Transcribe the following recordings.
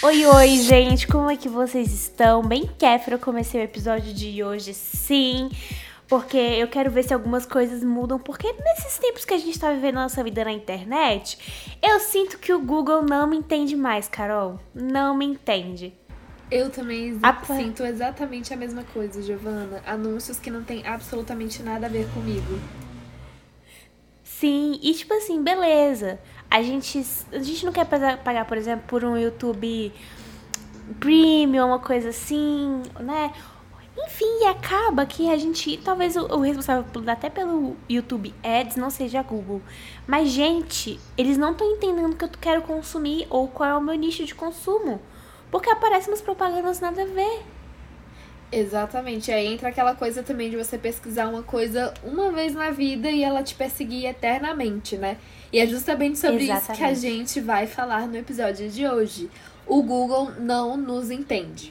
Oi, gente, como é que vocês estão? Bem Kéfera, eu comecei o episódio de hoje, sim, porque eu quero ver se algumas coisas mudam, porque nesses tempos que a gente tá vivendo a nossa vida na internet, eu sinto que o Google não me entende mais, Carol, não me entende. Eu também sinto exatamente a mesma coisa, Giovana. Anúncios que não tem absolutamente nada a ver comigo. Sim, e tipo assim, beleza, a gente não quer pagar, por exemplo, por um YouTube Premium, uma coisa assim, né? Enfim, e acaba que a gente, talvez o responsável até pelo YouTube Ads não seja a Google. Mas, gente, eles não estão entendendo o que eu quero consumir ou qual é o meu nicho de consumo. Porque aparecem umas propagandas nada a ver. Exatamente. Aí entra aquela coisa também de você pesquisar uma coisa uma vez na vida e ela te perseguir eternamente, né? E é justamente sobre isso que a gente vai falar no episódio de hoje. O Google não nos entende.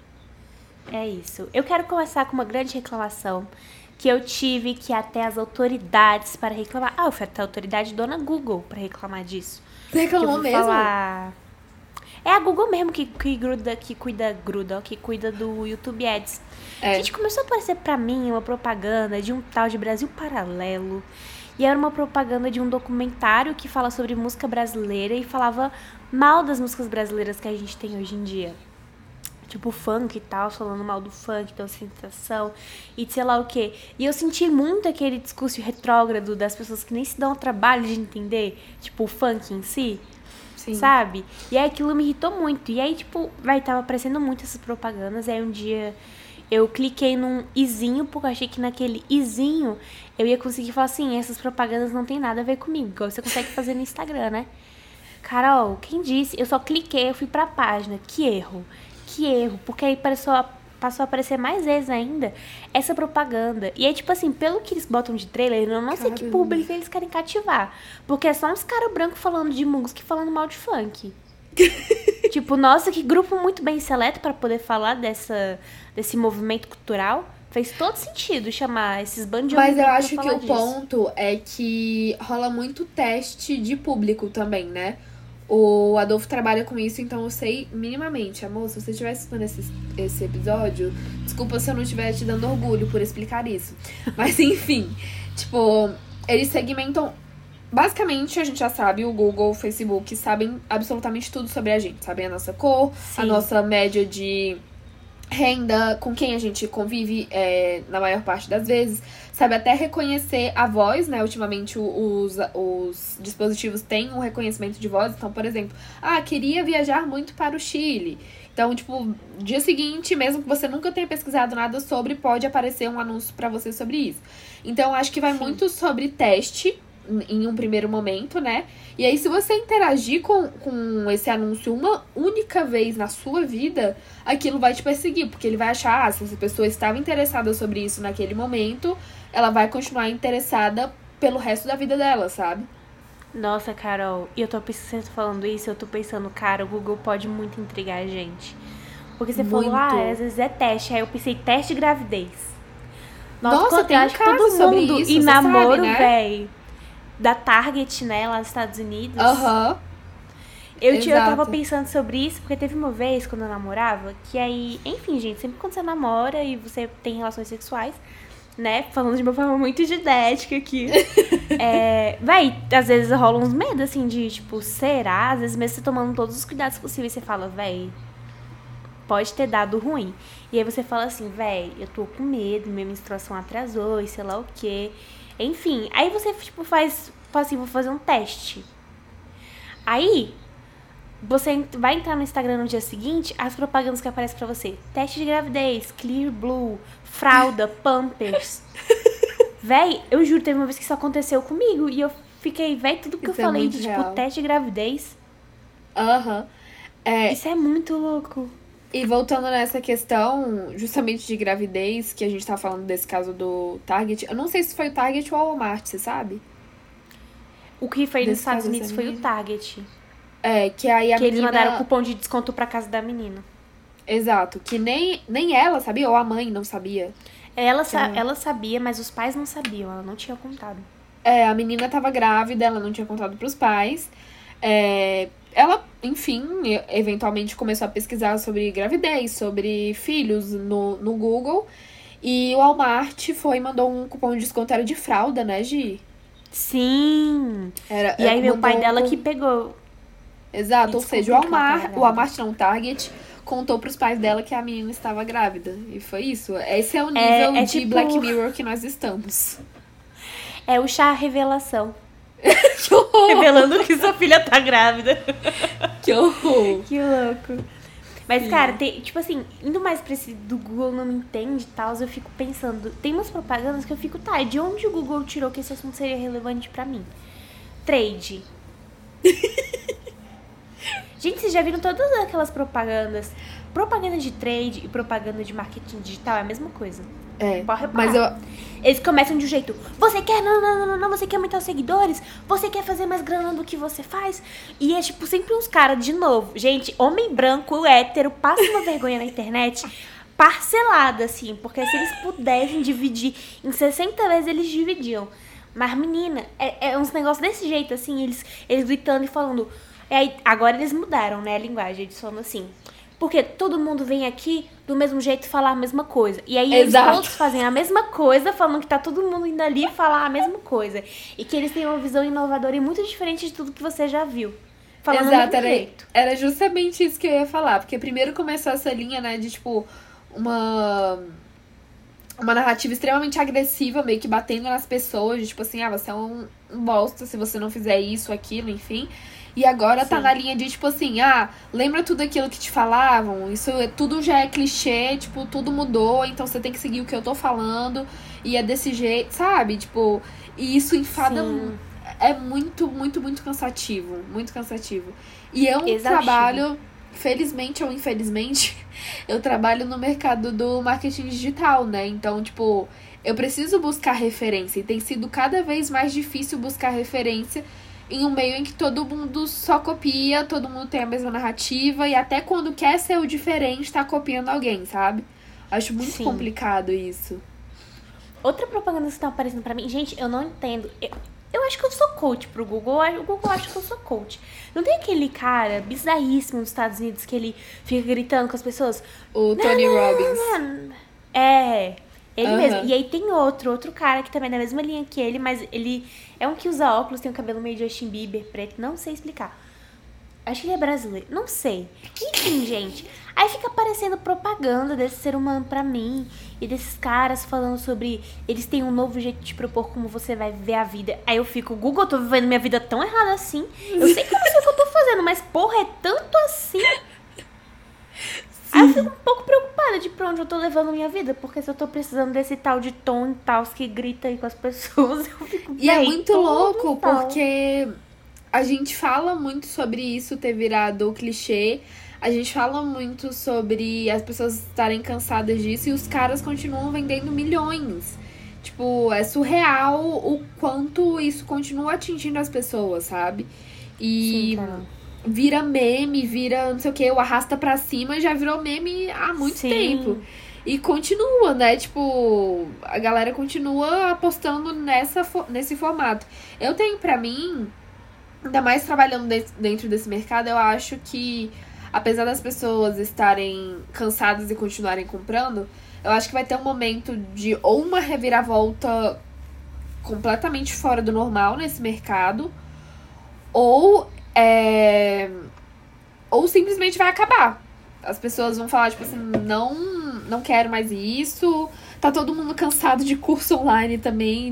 É isso. Eu quero começar com uma grande reclamação que eu tive que ir até as autoridades para reclamar. Eu fui até a autoridade Dona Google para reclamar disso. Você reclamou mesmo? Falar... É a Google mesmo que cuida do YouTube Ads. Gente, começou a aparecer pra mim uma propaganda de um tal de Brasil Paralelo. E era uma propaganda de um documentário que fala sobre música brasileira e falava mal das músicas brasileiras que a gente tem hoje em dia. Tipo funk e tal, falando mal do funk, da ostentação e de sei lá o quê. E eu senti muito aquele discurso retrógrado das pessoas que nem se dão o trabalho de entender, tipo, o funk em si. Sim. Sabe? E aí aquilo me irritou muito. E aí, tipo, tava aparecendo muito essas propagandas. Aí um dia eu cliquei num izinho, porque eu achei que naquele izinho eu ia conseguir falar assim, essas propagandas não tem nada a ver comigo. Igual você consegue fazer no Instagram, né? Carol, quem disse? Eu só cliquei, eu fui pra página. Que erro. Porque aí passou a aparecer mais vezes ainda essa propaganda. E aí, tipo assim, pelo que eles botam de trailer, eu não sei que público eles querem cativar. Porque é só uns caras brancos falando de música e falando mal de funk. Tipo, nossa, que grupo muito bem seleto pra poder falar desse movimento cultural. Fez todo sentido chamar esses bandos de Mas eu acho que o ponto é que rola muito teste de público também, né? O Adolfo trabalha com isso, então eu sei minimamente. Amor, se você estiver assistindo esse episódio, desculpa se eu não estiver te dando orgulho por explicar isso. Mas enfim, tipo, eles segmentam. Basicamente, a gente já sabe, o Google, o Facebook sabem absolutamente tudo sobre a gente. Sabem a nossa cor, Sim. A nossa média de renda, com quem a gente convive na maior parte das vezes. Sabe até reconhecer a voz, né? Ultimamente os dispositivos têm um reconhecimento de voz. Então, por exemplo, queria viajar muito para o Chile. Então, tipo, dia seguinte, mesmo que você nunca tenha pesquisado nada sobre, pode aparecer um anúncio pra você sobre isso. Então, acho que vai muito sobre teste em um primeiro momento, né? E aí, se você interagir com esse anúncio uma única vez na sua vida, aquilo vai te perseguir, porque ele vai achar, se essa pessoa estava interessada sobre isso naquele momento, ela vai continuar interessada pelo resto da vida dela, sabe? Nossa, Carol, e eu tô pensando, você falando isso, eu tô pensando, cara, o Google pode muito intrigar a gente. Porque você falou, às vezes é teste. Aí eu pensei, teste de gravidez. Nossa, tem acho que todo mundo isso, e namoro, sabe, né? Véi, da Target, né, lá nos Estados Unidos. Eu tava pensando sobre isso, porque teve uma vez, quando eu namorava, que aí, enfim, gente, sempre quando você namora e você tem relações sexuais, né, falando de uma forma muito didática aqui, às vezes rola uns medos, assim, de, tipo, será? Às vezes mesmo você tomando todos os cuidados possíveis, você fala, pode ter dado ruim. E aí você fala assim, eu tô com medo, minha menstruação atrasou e sei lá o quê. Enfim, aí você, tipo, faz assim, vou fazer um teste. Aí, você vai entrar no Instagram no dia seguinte, as propagandas que aparecem pra você. Teste de gravidez, Clear Blue, fralda, Pampers. Eu juro, teve uma vez que isso aconteceu comigo. E eu fiquei, tudo que eu falei de, tipo, teste de gravidez. Isso é muito louco. E voltando nessa questão, justamente de gravidez, que a gente tá falando desse caso do Target. Eu não sei se foi o Target ou o Walmart, você sabe? O que foi nos Estados Unidos foi o Target. Que aí a menina... eles mandaram cupom de desconto pra casa da menina. Exato, que nem ela sabia, ou a mãe não sabia. Ela sabia, mas os pais não sabiam, ela não tinha contado. A menina tava grávida, ela não tinha contado pros pais. ela, enfim, eventualmente começou a pesquisar sobre gravidez, sobre filhos no Google. E o Walmart foi e mandou um cupom de desconto, era de fralda, né, Gi? Sim! E aí meu pai dela que pegou. Exato, ou seja, o Walmart não, Target, contou pros pais dela que a menina estava grávida. E foi isso. Esse é o nível de tipo... Black Mirror que nós estamos. É o chá revelação. Que horror! Revelando que sua filha tá grávida. Que horror! Que louco. Mas, sim, cara, tipo assim, indo mais pra esse do Google não me entende e tal, eu fico pensando, tem umas propagandas que eu fico, tá, de onde o Google tirou que esse assunto seria relevante pra mim? Trade. Gente, vocês já viram todas aquelas propagandas? Propaganda de trade e propaganda de marketing digital é a mesma coisa. É, mas eles começam de um jeito, você quer, não, você quer aumentar os seguidores, você quer fazer mais grana do que você faz, e é tipo sempre uns caras, de novo, gente, homem branco, hétero, passa uma vergonha na internet, parcelada, assim, porque se eles pudessem dividir em 60 vezes, eles dividiam, mas menina, é uns negócios desse jeito, assim, eles gritando e falando, agora eles mudaram, né, a linguagem, eles falam assim, porque todo mundo vem aqui do mesmo jeito falar a mesma coisa. E aí eles todos fazem a mesma coisa, falando que tá todo mundo indo ali falar a mesma coisa. E que eles têm uma visão inovadora e muito diferente de tudo que você já viu. Falando exato, era justamente isso que eu ia falar. Porque primeiro começou essa linha, né, de tipo, uma narrativa extremamente agressiva, meio que batendo nas pessoas, de tipo assim, você é um bosta se você não fizer isso, aquilo, enfim. E agora sim, tá na linha de, tipo assim, lembra tudo aquilo que te falavam? Isso tudo já é clichê, tipo, tudo mudou, então você tem que seguir o que eu tô falando. E é desse jeito, sabe? Tipo, e isso enfada... Sim. É muito, muito, muito cansativo. Muito cansativo. E eu trabalho, felizmente ou infelizmente, eu trabalho no mercado do marketing digital, né? Então, tipo, eu preciso buscar referência. E tem sido cada vez mais difícil buscar referência em um meio em que todo mundo só copia, todo mundo tem a mesma narrativa e até quando quer ser o diferente tá copiando alguém, sabe? Acho muito complicado isso. Outra propaganda que tá aparecendo pra mim, gente, eu não entendo. Eu acho que eu sou coach pro Google, o Google acha que eu sou coach. Não tem aquele cara bizarríssimo nos Estados Unidos que ele fica gritando com as pessoas? O Tony Robbins. Ele mesmo. E aí tem outro cara que também é na mesma linha que ele, mas ele é um que usa óculos, tem um cabelo meio Justin Bieber, preto, não sei explicar. Acho que ele é brasileiro, não sei. Enfim, gente, aí fica aparecendo propaganda desse ser humano pra mim, e desses caras falando sobre eles têm um novo jeito de propor como você vai viver a vida. Aí eu fico, Google, eu tô vivendo minha vida tão errada assim. Eu sei que eu não sei o que eu tô fazendo, mas porra, é tanto assim. Aí eu fico um pouco preocupada de pra onde eu tô levando minha vida, porque se eu tô precisando desse tal de tom e tal que grita aí com as pessoas, eu fico... E é muito louco, porque a gente fala muito sobre isso ter virado clichê, a gente fala muito sobre as pessoas estarem cansadas disso e os caras continuam vendendo milhões. Tipo, é surreal o quanto isso continua atingindo as pessoas, sabe? E... Sim, vira meme, vira não sei o que, o arrasta pra cima, já virou meme há muito tempo. E continua, né? Tipo, a galera continua apostando nesse formato. Eu tenho pra mim, ainda mais trabalhando dentro desse mercado, eu acho que, apesar das pessoas estarem cansadas e continuarem comprando, eu acho que vai ter um momento de ou uma reviravolta completamente fora do normal nesse mercado, ou simplesmente vai acabar. As pessoas vão falar, tipo assim, não quero mais isso. Tá todo mundo cansado de curso online também,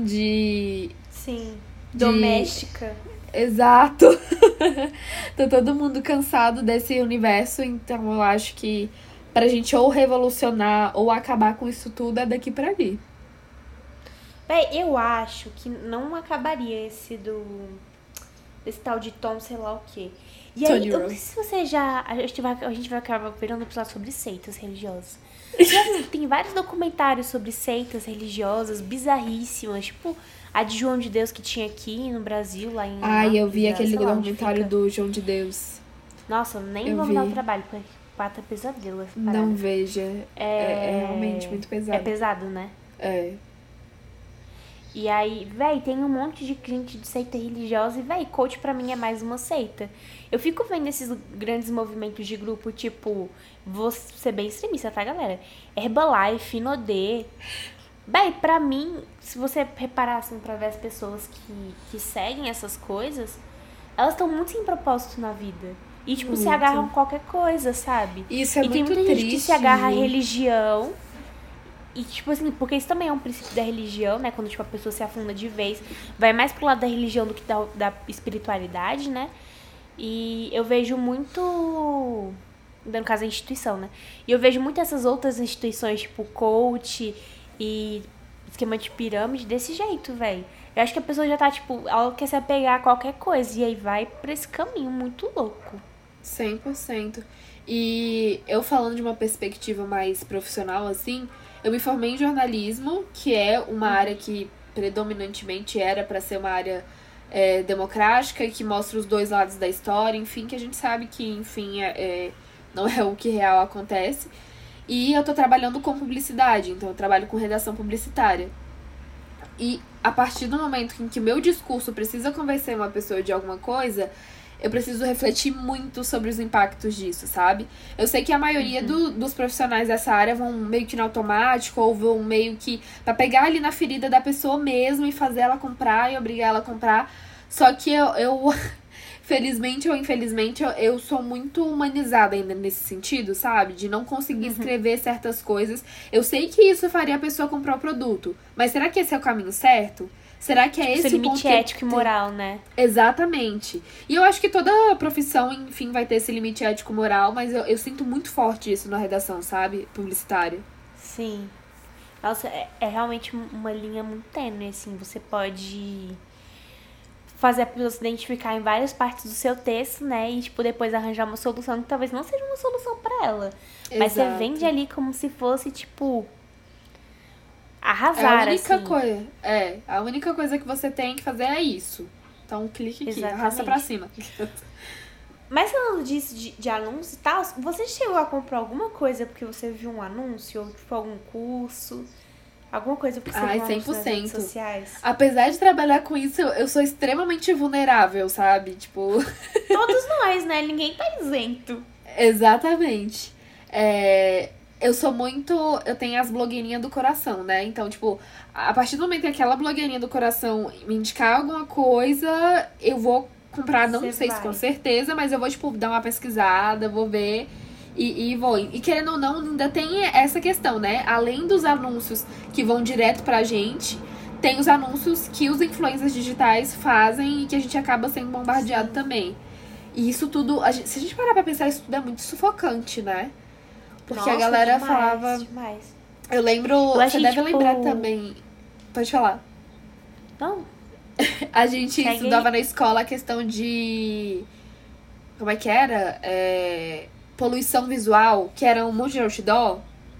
doméstica. Exato. Tá todo mundo cansado desse universo, então eu acho que pra gente ou revolucionar ou acabar com isso tudo é daqui pra ali. Eu acho que não acabaria esse tal de Tom, sei lá o quê. E aí, eu não sei se você já... A gente vai acabar virando um episódio sobre seitas religiosas. Tem vários documentários sobre seitas religiosas bizarríssimas. Tipo, a de João de Deus que tinha aqui no Brasil, lá em... eu vi aquele documentário do João de Deus. Nossa, nem vou me dar o trabalho, porque pata pesadelo. Não veja. É realmente muito pesado. É pesado, né? É. E aí, véi, tem um monte de gente de seita religiosa e, véi, coach pra mim é mais uma seita. Eu fico vendo esses grandes movimentos de grupo, tipo, vou ser bem extremista, tá, galera? Herbalife, Inodê. Véi, pra mim, se você reparar, assim, pra ver as pessoas que seguem essas coisas, elas estão muito sem propósito na vida. E, tipo, se agarram a qualquer coisa, sabe? Isso é e muito tem muita triste. gente que se agarra à religião. E, tipo assim, porque isso também é um princípio da religião, né? Quando, tipo, a pessoa se afunda de vez. Vai mais pro lado da religião do que da espiritualidade, né? E eu vejo muito... No caso, a instituição, né? E eu vejo muito essas outras instituições, tipo, coach e esquema de pirâmide, desse jeito, velho. Eu acho que a pessoa já tá, tipo... Ela quer se apegar a qualquer coisa. E aí vai pra esse caminho muito louco. 100%. E eu falando de uma perspectiva mais profissional, assim... Eu me formei em jornalismo, que é uma área que predominantemente era para ser uma área democrática e que mostra os dois lados da história, enfim, que a gente sabe que, enfim, não é o que real acontece. E eu tô trabalhando com publicidade, então eu trabalho com redação publicitária. E a partir do momento em que o meu discurso precisa convencer uma pessoa de alguma coisa... Eu preciso refletir muito sobre os impactos disso, sabe? Eu sei que a maioria dos profissionais dessa área vão meio que no automático, ou vão meio que pra pegar ali na ferida da pessoa mesmo e fazer ela comprar e obrigar ela a comprar. Só que eu felizmente ou infelizmente, eu sou muito humanizada ainda nesse sentido, sabe? De não conseguir escrever certas coisas. Eu sei que isso faria a pessoa comprar o produto, mas será que esse é o caminho certo? Será que é esse o limite ético e moral, né? Exatamente. E eu acho que toda profissão, enfim, vai ter esse limite ético e moral, mas eu sinto muito forte isso na redação, sabe? Publicitária. Sim. Nossa, é realmente uma linha muito tênue, assim. Você pode fazer a pessoa se identificar em várias partes do seu texto, né? E, tipo, depois arranjar uma solução que talvez não seja uma solução pra ela. Exato. Mas você vende ali como se fosse, tipo... arrasar, assim. A única coisa que você tem que fazer é isso. Então, clique aqui, arrasta pra cima. Mas falando disso, de anúncio e tal, você chegou a comprar alguma coisa porque você viu um anúncio? Ou, tipo, algum curso? Alguma coisa porque você viu um anúncio nas redes sociais? Apesar de trabalhar com isso, eu sou extremamente vulnerável, sabe? Tipo... Todos nós, né? Ninguém tá isento. Exatamente. Eu sou muito... Eu tenho as blogueirinhas do coração, né? Então, tipo, a partir do momento que aquela blogueirinha do coração me indicar alguma coisa, eu vou comprar, não sei se com certeza, mas eu vou, tipo, dar uma pesquisada, vou ver e vou. E querendo ou não, ainda tem essa questão, né? Além dos anúncios que vão direto pra gente, tem os anúncios que os influencers digitais fazem e que a gente acaba sendo bombardeado também. E isso tudo, se a gente parar pra pensar, isso tudo é muito sufocante, né? Porque a galera falava... Demais. Eu lembro... Você deve lembrar também... Pode falar. Não. A gente estudava na escola a questão de... Como é que era? Poluição visual, que era um monte de outdoor.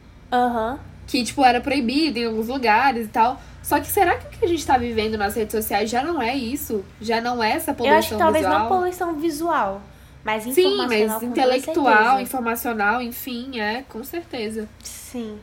Que, tipo, era proibido em alguns lugares e tal. Só que será que o que a gente tá vivendo nas redes sociais já não é isso? Já não é essa poluição visual? Eu acho que talvez não poluição visual. Mas informacional. Sim, mas intelectual, informacional, enfim, com certeza. Sim.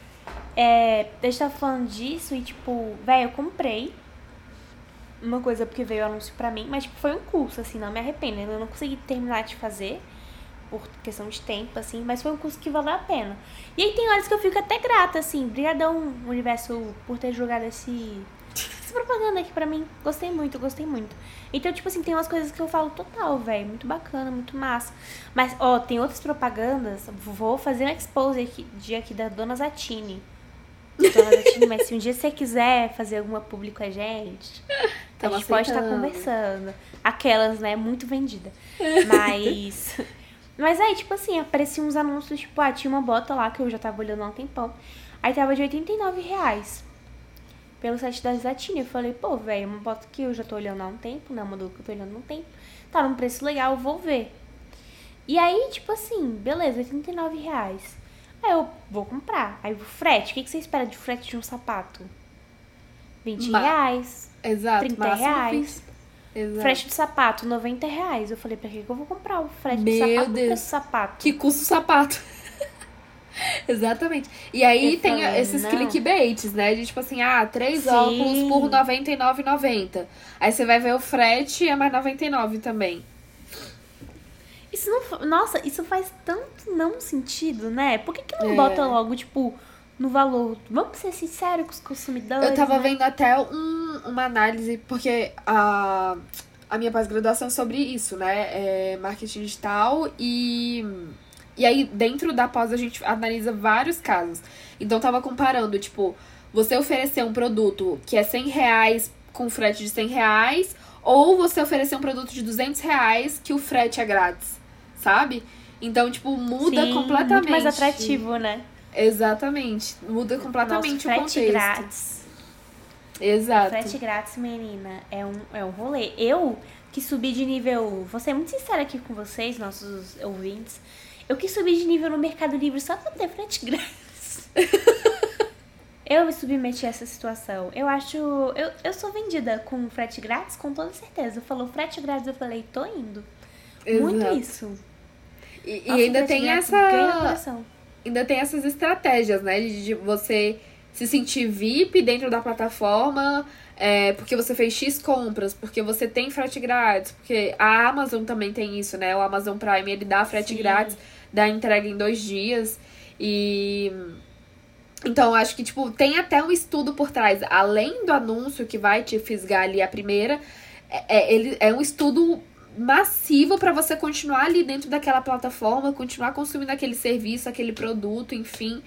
A gente tá falando disso e, tipo, velho, eu comprei uma coisa porque veio o anúncio pra mim, mas, tipo, foi um curso, assim, não me arrependo. Eu não consegui terminar de fazer por questão de tempo, assim, mas foi um curso que valeu a pena. E aí tem horas que eu fico até grata, assim, brigadão, universo, por ter jogado essa propaganda aqui pra mim. Gostei muito. Então, tipo assim, tem umas coisas que eu falo total, velho. Muito bacana, muito massa. Mas, tem outras propagandas. Vou fazer um expose aqui da Dona Zatini. Dona Zatini, mas se um dia você quiser fazer alguma publi com a gente, a gente pode estar conversando. Aquelas, né? Muito vendida. Mas aí, tipo assim, apareciam uns anúncios, tipo, tinha uma bota lá que eu já tava olhando há um tempão. Aí tava de R$89. Pelo site da Zatini. Eu falei, pô, velho, uma bota que eu já tô olhando há um tempo, né? Uma modelo que eu tô olhando há um tempo. Tá num preço legal, eu vou ver. E aí, tipo assim, beleza, R$89. Aí eu vou comprar. Aí o frete, o que você espera de frete de um sapato? R$20. Exato. R$30. Exato. Frete do sapato, R$90. Eu falei, pra que eu vou comprar o frete do sapato? Meu Deus. Do sapato? Que custa o sapato? Exatamente. E aí tem esses clickbaits, né? De tipo assim, 3 óculos por R$99,90. Aí você vai ver o frete e é mais 99 também. Isso não... Nossa, isso faz tanto não sentido, né? Por que não bota logo, tipo, no valor? Vamos ser sinceros com os consumidores, eu tava vendo até uma análise, porque a minha pós-graduação é sobre isso, né? É marketing digital e aí dentro da pós a gente analisa vários casos. Então tava comparando, tipo, você oferecer um produto que é R$100 com frete de R$100 ou você oferecer um produto de R$200 que o frete é grátis, sabe? Então, tipo, muda completamente. Muito mais atrativo, né? Exatamente. Muda completamente o contexto. Frete grátis. Exato. Frete grátis, menina, é um rolê. Eu que subi de nível... Vou ser muito sincera aqui com vocês, nossos ouvintes. Eu que subi de nível no Mercado Livre só pra ter frete grátis. Eu me submeti a essa situação. Eu acho... Eu sou vendida com frete grátis, com toda certeza. Falou frete grátis, eu falei, tô indo. Exato. Muito isso. E ainda tem ainda tem essas estratégias, né? De você se sentir VIP dentro da plataforma, porque você fez X compras, porque você tem frete grátis, porque a Amazon também tem isso, né? O Amazon Prime, ele dá frete grátis, dá entrega em 2 dias. E... Então, acho que, tipo, tem até um estudo por trás. Além do anúncio que vai te fisgar ali a primeira, ele é um estudo massivo para você continuar ali dentro daquela plataforma, continuar consumindo aquele serviço, aquele produto, enfim.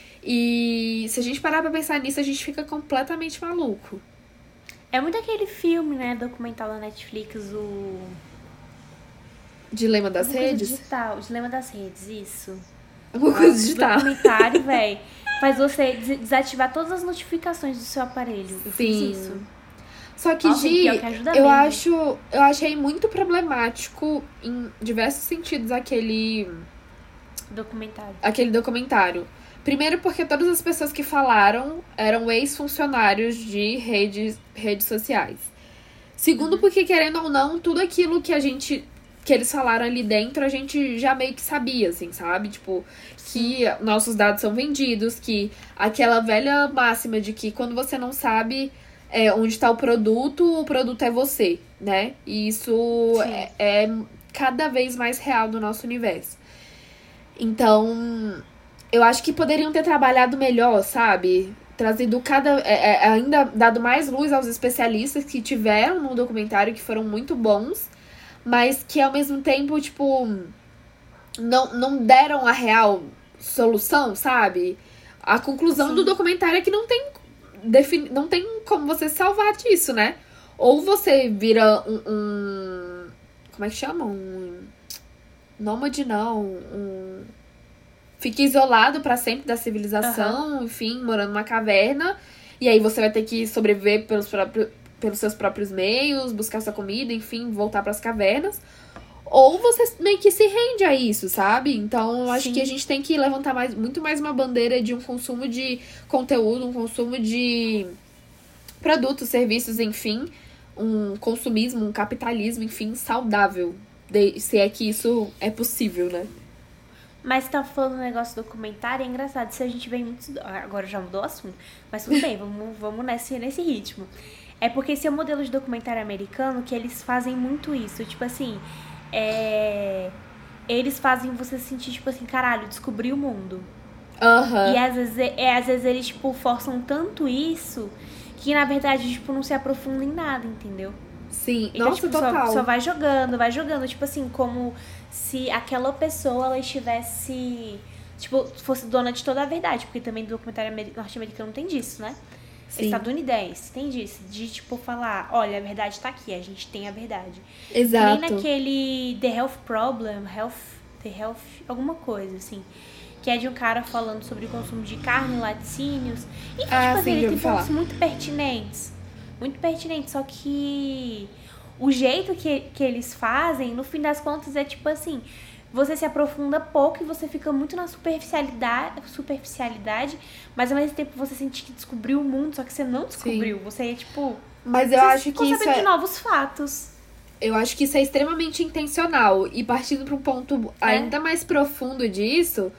E se a gente parar pra pensar nisso, a gente fica completamente maluco. É muito aquele filme, né, documental da Netflix, o... Dilema das Redes? Digital, Dilema das Redes, isso. Uma coisa digital. Documentário, velho, faz você desativar todas as notificações do seu aparelho. Eu fiz isso. Só que, Gi, eu achei muito problemático em diversos sentidos aquele documentário. Primeiro porque todas as pessoas que falaram eram ex-funcionários de redes sociais. Segundo porque, querendo ou não, tudo aquilo que eles falaram ali dentro, a gente já meio que sabia, assim, sabe? Tipo, que nossos dados são vendidos, que aquela velha máxima de que quando você não sabe... onde está o produto é você, né? E isso é cada vez mais real no nosso universo. Então, eu acho que poderiam ter trabalhado melhor, sabe? Trazido ainda dado mais luz aos especialistas que tiveram no documentário, que foram muito bons, mas que ao mesmo tempo, tipo, não deram a real solução, sabe? A conclusão do documentário é que não tem como você salvar disso, né? Ou você vira como é que chama? Nômade, não. Fica isolado pra sempre da civilização, enfim, morando numa caverna. E aí você vai ter que sobreviver pelos seus próprios meios, buscar sua comida, enfim, voltar pras cavernas. Ou você meio que se rende a isso, sabe? Então, eu acho que a gente tem que levantar muito mais uma bandeira de um consumo de conteúdo, um consumo de produtos, serviços, enfim. Um consumismo, um capitalismo, enfim, saudável. Se é que isso é possível, né? Mas tá falando um negócio do documentário, é engraçado. Se a gente vem muito... Agora já mudou o assunto. Mas tudo bem, vamos nesse ritmo. É porque esse é o modelo de documentário americano que eles fazem muito isso. Tipo assim... Eles fazem você sentir, tipo assim, caralho, descobri o mundo. E às vezes eles, tipo, forçam tanto isso que, na verdade, tipo, não se aprofunda em nada, entendeu? Sim, então, nossa, tipo, total. Só vai jogando, tipo assim, como se aquela pessoa, ela estivesse, tipo, fosse dona de toda a verdade, porque também no documentário norte-americano tem disso, né? Sim. Estadunidense, tem disso, de tipo falar, olha, a verdade tá aqui, a gente tem a verdade. Exato. Que nem naquele The Health Problem, The Health, alguma coisa, assim, que é de um cara falando sobre o consumo de carne, laticínios, e tipo assim, ele tem pontos muito pertinentes, só que o jeito que eles fazem, no fim das contas, é tipo assim, você se aprofunda pouco e você fica muito na superficialidade, mas ao mesmo tempo você sente que descobriu o mundo, só que você não descobriu. Você é tipo... Mas eu acho que isso de novos fatos. Eu acho que isso é extremamente intencional. E partindo para um ponto ainda mais profundo disso,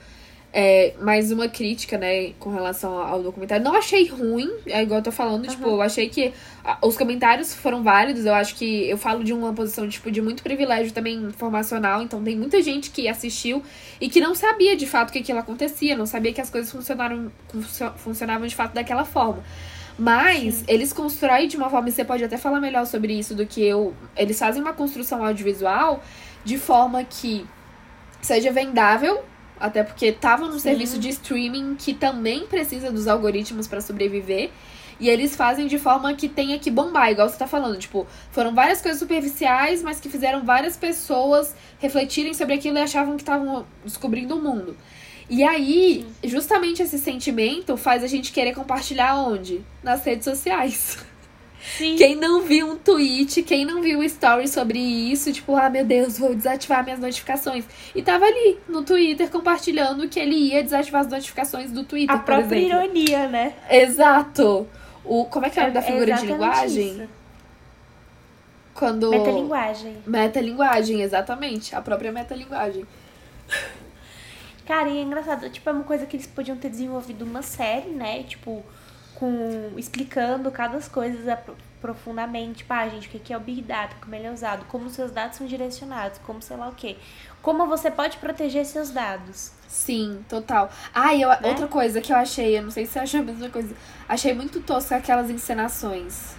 Mais uma crítica, né, com relação ao documentário. Não achei ruim, é igual eu tô falando, tipo, eu achei que os comentários foram válidos. Eu acho que eu falo de uma posição, tipo, de muito privilégio também informacional. Então tem muita gente que assistiu e que não sabia de fato que aquilo acontecia, não sabia que as coisas funcionavam de fato daquela forma. Mas Sim. Eles constroem de uma forma, e você pode até falar melhor sobre isso do que eu. Eles fazem uma construção audiovisual de forma que seja vendável, até porque tava num serviço de streaming que também precisa dos algoritmos para sobreviver. E eles fazem de forma que tenha que bombar, igual você tá falando. Tipo, foram várias coisas superficiais, mas que fizeram várias pessoas refletirem sobre aquilo e achavam que estavam descobrindo o mundo. E aí, justamente esse sentimento faz a gente querer compartilhar onde? Nas redes sociais. Sim. Quem não viu um tweet, quem não viu um story sobre isso, tipo, meu Deus, vou desativar minhas notificações. E tava ali, no Twitter, compartilhando que ele ia desativar as notificações do Twitter, por exemplo. A própria ironia, né? Exato. Como é que é o nome da figura de linguagem? Isso. Quando... Metalinguagem. Metalinguagem, exatamente. A própria metalinguagem. Cara, e é engraçado, tipo, é uma coisa que eles podiam ter desenvolvido uma série, né? Tipo, explicando cada coisa profundamente. Tipo, gente, o que é o Big Data, como ele é usado, como os seus dados são direcionados, como sei lá o quê. Como você pode proteger seus dados. Sim, total. Outra coisa que eu achei, eu não sei se você achou a mesma coisa, achei muito tosca aquelas encenações.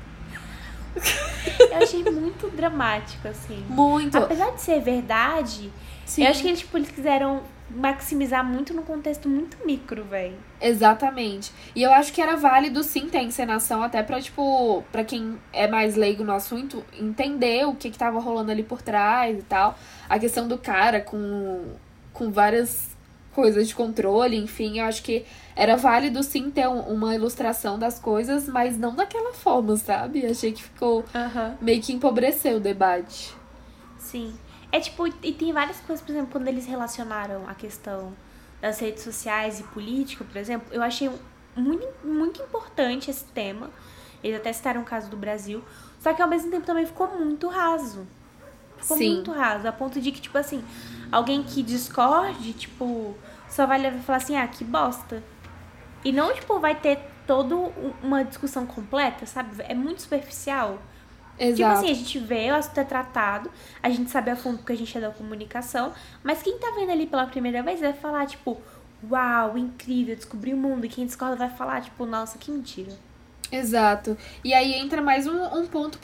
Eu achei muito dramático, assim. Muito. Apesar de ser verdade, Sim. Eu acho que eles quiseram maximizar muito num contexto muito micro, velho. Exatamente. E eu acho que era válido, sim, ter encenação, até pra, tipo, pra quem é mais leigo no assunto, entender o que tava rolando ali por trás e tal. A questão do cara com várias coisas de controle, enfim, eu acho que era válido, sim, ter uma ilustração das coisas, mas não daquela forma, sabe? Achei que ficou meio que empobreceu o debate. Sim. Tipo, e tem várias coisas, por exemplo, quando eles relacionaram a questão das redes sociais e política, por exemplo, eu achei muito, muito importante esse tema. Eles até citaram o caso do Brasil, só que ao mesmo tempo também ficou muito raso. Ficou Sim. muito raso, a ponto de que, tipo assim, alguém que discorde, tipo, só vai levar e falar assim, que bosta. E não, tipo, vai ter toda uma discussão completa, sabe? É muito superficial. Exato. Tipo assim, a gente vê o assunto é tratado, a gente sabe a fundo porque a gente é da comunicação, mas quem tá vendo ali pela primeira vez vai falar, tipo, uau, incrível, descobri o mundo. E quem discorda vai falar, tipo, nossa, que mentira. Exato. E aí entra mais um ponto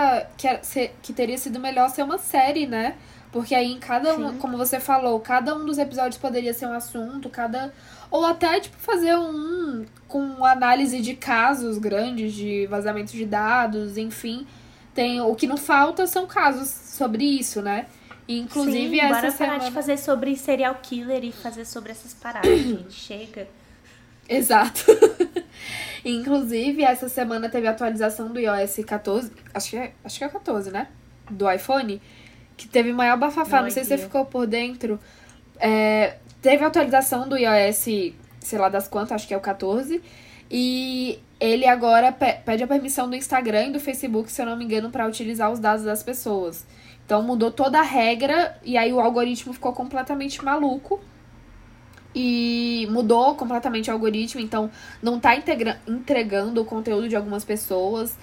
que teria sido melhor ser uma série, né? Porque aí em cada um, como você falou, cada um dos episódios poderia ser um assunto, ou até, tipo, fazer com análise de casos grandes, de vazamento de dados, enfim. O que não falta são casos sobre isso, né? E, inclusive, Sim, bora parar de fazer sobre serial killer e fazer sobre essas paradas, gente. Chega. Exato. Inclusive, essa semana teve a atualização do iOS 14. Acho que é 14, né? Do iPhone. Que teve maior bafafá. Não sei se você ficou por dentro. Teve a atualização do iOS, sei lá das quantas, acho que é o 14. E ele agora pede a permissão do Instagram e do Facebook, se eu não me engano, para utilizar os dados das pessoas. Então mudou toda a regra e aí o algoritmo ficou completamente maluco. E mudou completamente o algoritmo, então não tá entregando o conteúdo de algumas pessoas.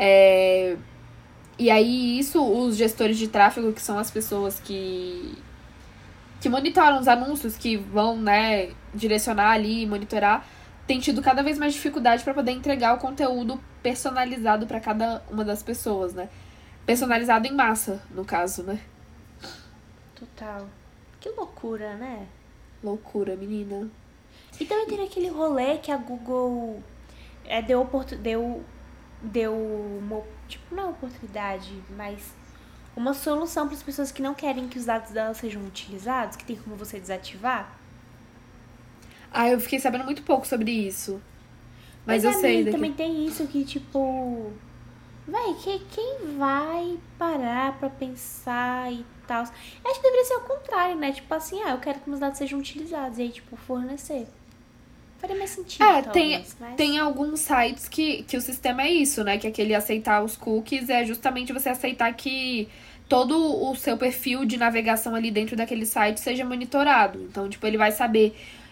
E aí isso, os gestores de tráfego, que são as pessoas que monitoram os anúncios, que vão, né, direcionar ali e monitorar, tem tido cada vez mais dificuldade para poder entregar o conteúdo personalizado para cada uma das pessoas, né? Personalizado em massa, no caso, né? Total. Que loucura, né? Loucura, menina. E também tem aquele rolê que a Google deu uma, tipo, não é oportunidade, mas uma solução para as pessoas que não querem que os dados delas sejam utilizados, que tem como você desativar. Eu fiquei sabendo muito pouco sobre isso. Mas eu sei daqui. Também tem isso que, tipo... Véi, quem vai parar pra pensar e tal? Acho que deveria ser o contrário, né? Tipo assim, eu quero que meus dados sejam utilizados. E aí, tipo, fornecer. Faria mais sentido, talvez, tem alguns sites que o sistema é isso, né? Que aquele aceitar os cookies é justamente você aceitar que todo o seu perfil de navegação ali dentro daquele site seja monitorado. Então, tipo, ele vai saber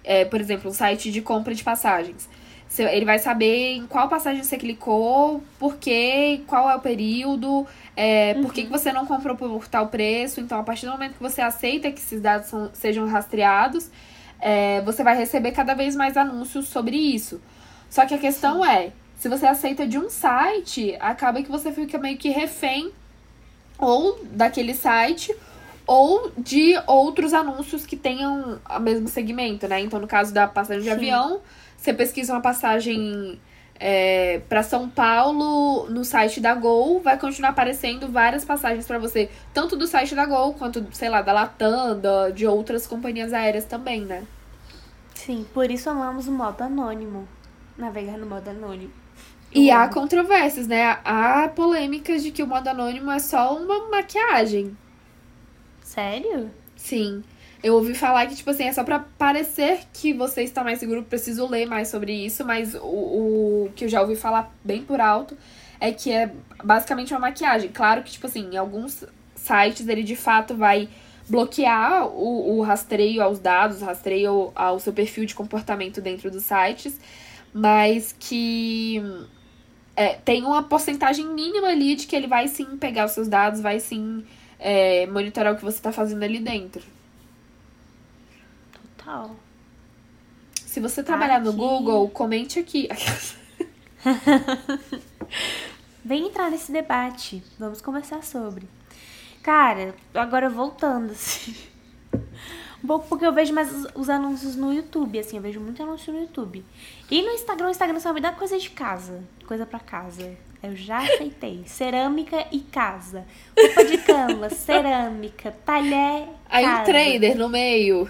por exemplo, um site de compra de passagens. Ele vai saber em qual passagem você clicou, por quê, qual é o período, por que você não comprou por tal preço. Então, a partir do momento que você aceita que esses dados sejam rastreados, você vai receber cada vez mais anúncios sobre isso. Só que a questão se você aceita de um site, acaba que você fica meio que refém ou daquele site ou de outros anúncios que tenham o mesmo segmento, né? Então, no caso da passagem de avião, você pesquisa uma passagem para São Paulo no site da Gol, vai continuar aparecendo várias passagens para você, tanto do site da Gol, quanto, sei lá, da Latam, de outras companhias aéreas também, né? Sim, por isso amamos o modo anônimo. Navegar no modo anônimo. E há controvérsias, né? Há polêmicas de que o modo anônimo é só uma maquiagem. Sério? Sim. Eu ouvi falar que, tipo assim, é só pra parecer que você está mais seguro. Preciso ler mais sobre isso, mas o que eu já ouvi falar bem por alto é que é basicamente uma maquiagem. Claro que, tipo assim, em alguns sites ele de fato vai bloquear o rastreio aos dados, rastreio ao seu perfil de comportamento dentro dos sites, mas que tem uma porcentagem mínima ali de que ele vai sim pegar os seus dados, vai sim monitorar o que você tá fazendo ali dentro. Total. Se você trabalhar no Google, comente aqui. Vem entrar nesse debate. Vamos conversar sobre. Cara, agora voltando, assim. Um pouco porque eu vejo mais os anúncios no YouTube, assim. Eu vejo muito anúncio no YouTube. E no Instagram, o Instagram só me dá coisa de casa. Coisa pra casa. Eu já aceitei. Cerâmica e casa. Roupa de cama, cerâmica, talher, aí casa. Um trader no meio.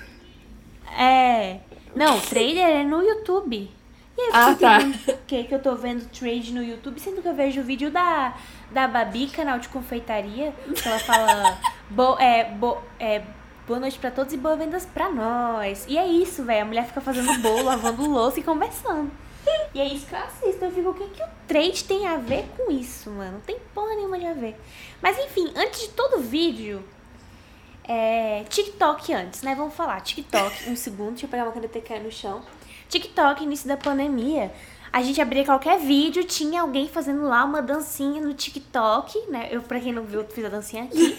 Não, trader é no YouTube. E aí, tá. Por que eu tô vendo trade no YouTube, sendo que eu vejo o vídeo da Babi, canal de confeitaria, que ela fala boa noite pra todos e boas vendas pra nós. E é isso, velho. A mulher fica fazendo bolo, lavando louça e conversando. E é isso que eu assisto. Eu fico, o que o trade tem a ver com isso, mano? Não tem porra nenhuma de a ver. Mas enfim, antes de todo vídeo, TikTok antes, né? Vamos falar. TikTok, um segundo, deixa eu pegar uma caneta e cair no chão. TikTok, início da pandemia, a gente abria qualquer vídeo, tinha alguém fazendo lá uma dancinha no TikTok, né? Eu, pra quem não viu, eu fiz a dancinha aqui.